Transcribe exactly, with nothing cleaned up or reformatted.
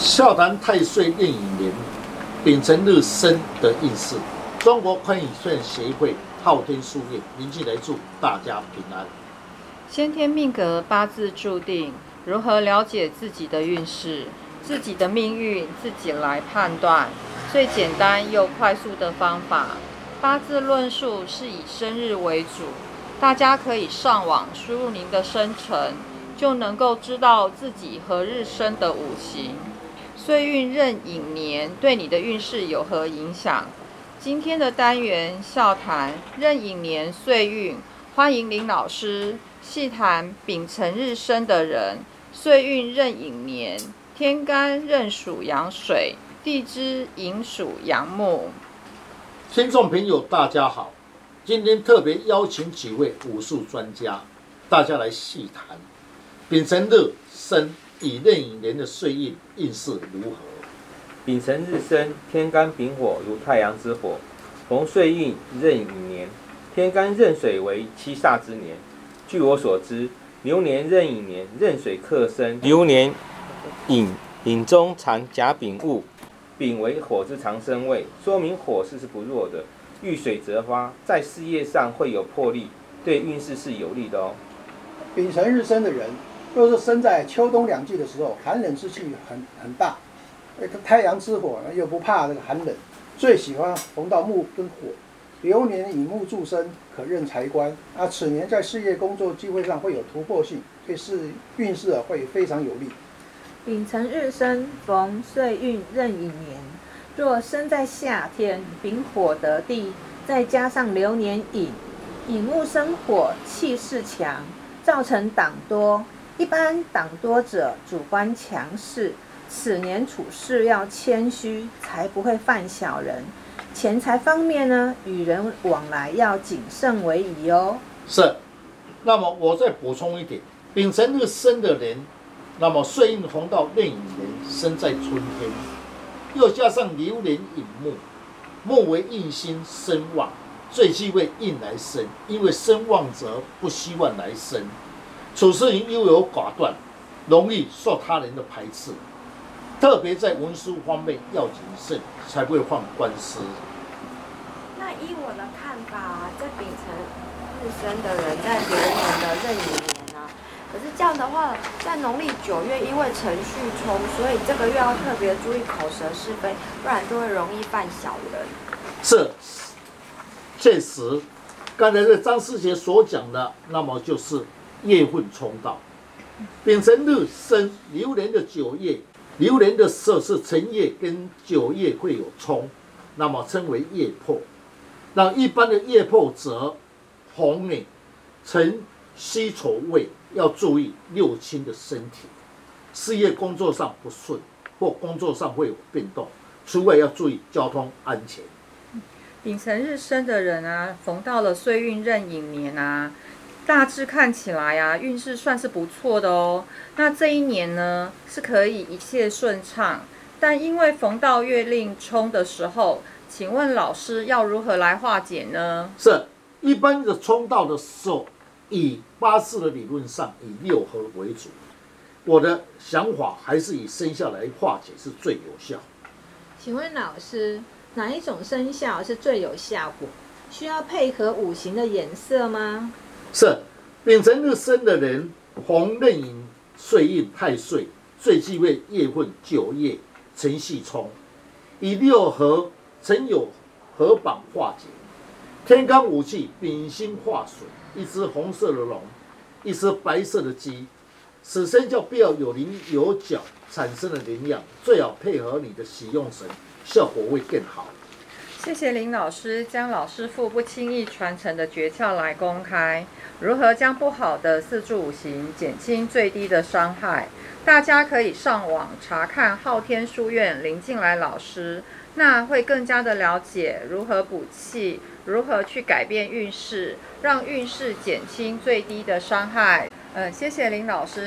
笑谈太岁壬寅年丙辰日生的运势。中国宽宇算协会昊天书院林进来祝大家平安。 先天命格八字注定，如何了解自己的运势、自己的命运，自己来判断。最简单又快速的方法，八字论述是以生日为主，大家可以上网输入您的生辰，就能够知道自己何日生的五行。岁运壬寅年对你的运势有何影响？今天的单元笑谈壬寅年岁运，欢迎林老师细谈丙辰日生的人，岁运壬寅年，天干壬属阳水，地支寅属阳木。 听众朋友大家好，今天特别邀请几位武术专家，大家来细谈丙辰日生以壬寅年的岁运运势如何。 丙辰日生，天干丙火如太阳之火，逢岁运壬寅年，天干壬水为七煞之年。据我所知，流年壬寅年壬水克身，流年寅寅中藏甲丙戊，丙为火之藏身位，说明火势是不弱的，遇水则发，在事业上会有魄力，对运势是有利的哦。 丙辰日生的人，若是生在秋冬两季的时候，寒冷之气很很大，太阳之火呢又不怕这个寒冷，最喜欢逢到木跟火。流年以木助身，可任财官啊。此年在事业工作机会上会有突破性，对事运势会非常有利。 丙辰日生，逢岁运壬寅年，若生在夏天，丙火得地，再加上流年寅，寅木生火，气势强，造成党多。一般党多者主观强势，此年处事要谦虚，才不会犯小人。钱财方面呢，与人往来要谨慎为宜哦。 是，那么我再补充一点，丙辰日生的人，那么岁运逢到壬寅年，生在春天，又加上流年寅木，木为印星生旺，最忌讳印来生，因为生旺者不希望来生，处事人优柔寡断，容易受他人的排斥，特别在文书方面要谨慎，才不会犯官司。 那依我的看法啊，在丙辰日生的人在流年的壬寅年啊，可是这样的话，在农历九月因为程序冲，所以这个月要特别注意口舌是非，不然就会容易犯小人。 是，确实，刚才这张师姐所讲的，那么就是夜混冲到。丙辰日生流年的九月，流年的时候是辰夜跟九月会有冲，那么称为夜破。那一般的夜破则红呢，辰戌丑未，要注意六亲的身体，事业工作上不顺，或工作上会有变动，除外要注意交通安全。 丙辰日生的人啊，逢到了岁运壬寅年啊，大致看起来啊，运势算是不错的哦。那这一年呢，是可以一切顺畅，但因为逢到月令冲的时候，请问老师要如何来化解呢？ 是一般的冲到的时候，以八字的理论上以六合为主，我的想法还是以生肖来化解是最有效。 请问老师，哪一种生肖是最有效果？需要配合五行的颜色吗？ 是，丙辰日生的人，逢壬寅岁运太岁，最忌讳夜混九夜辰戌冲，以六合辰酉合绑化解。天干五气丙辛化水，一只红色的龙，一只白色的鸡，此生肖必要有棱有角产生的灵样，最好配合你的喜用神，效果会更好。 谢谢林老师将老师傅不轻易传承的诀窍来公开，如何将不好的四柱五行减轻最低的伤害？大家可以上网查看昊天书院林进来老师，那会更加的了解如何补气，如何去改变运势，让运势减轻最低的伤害。呃，谢谢林老师。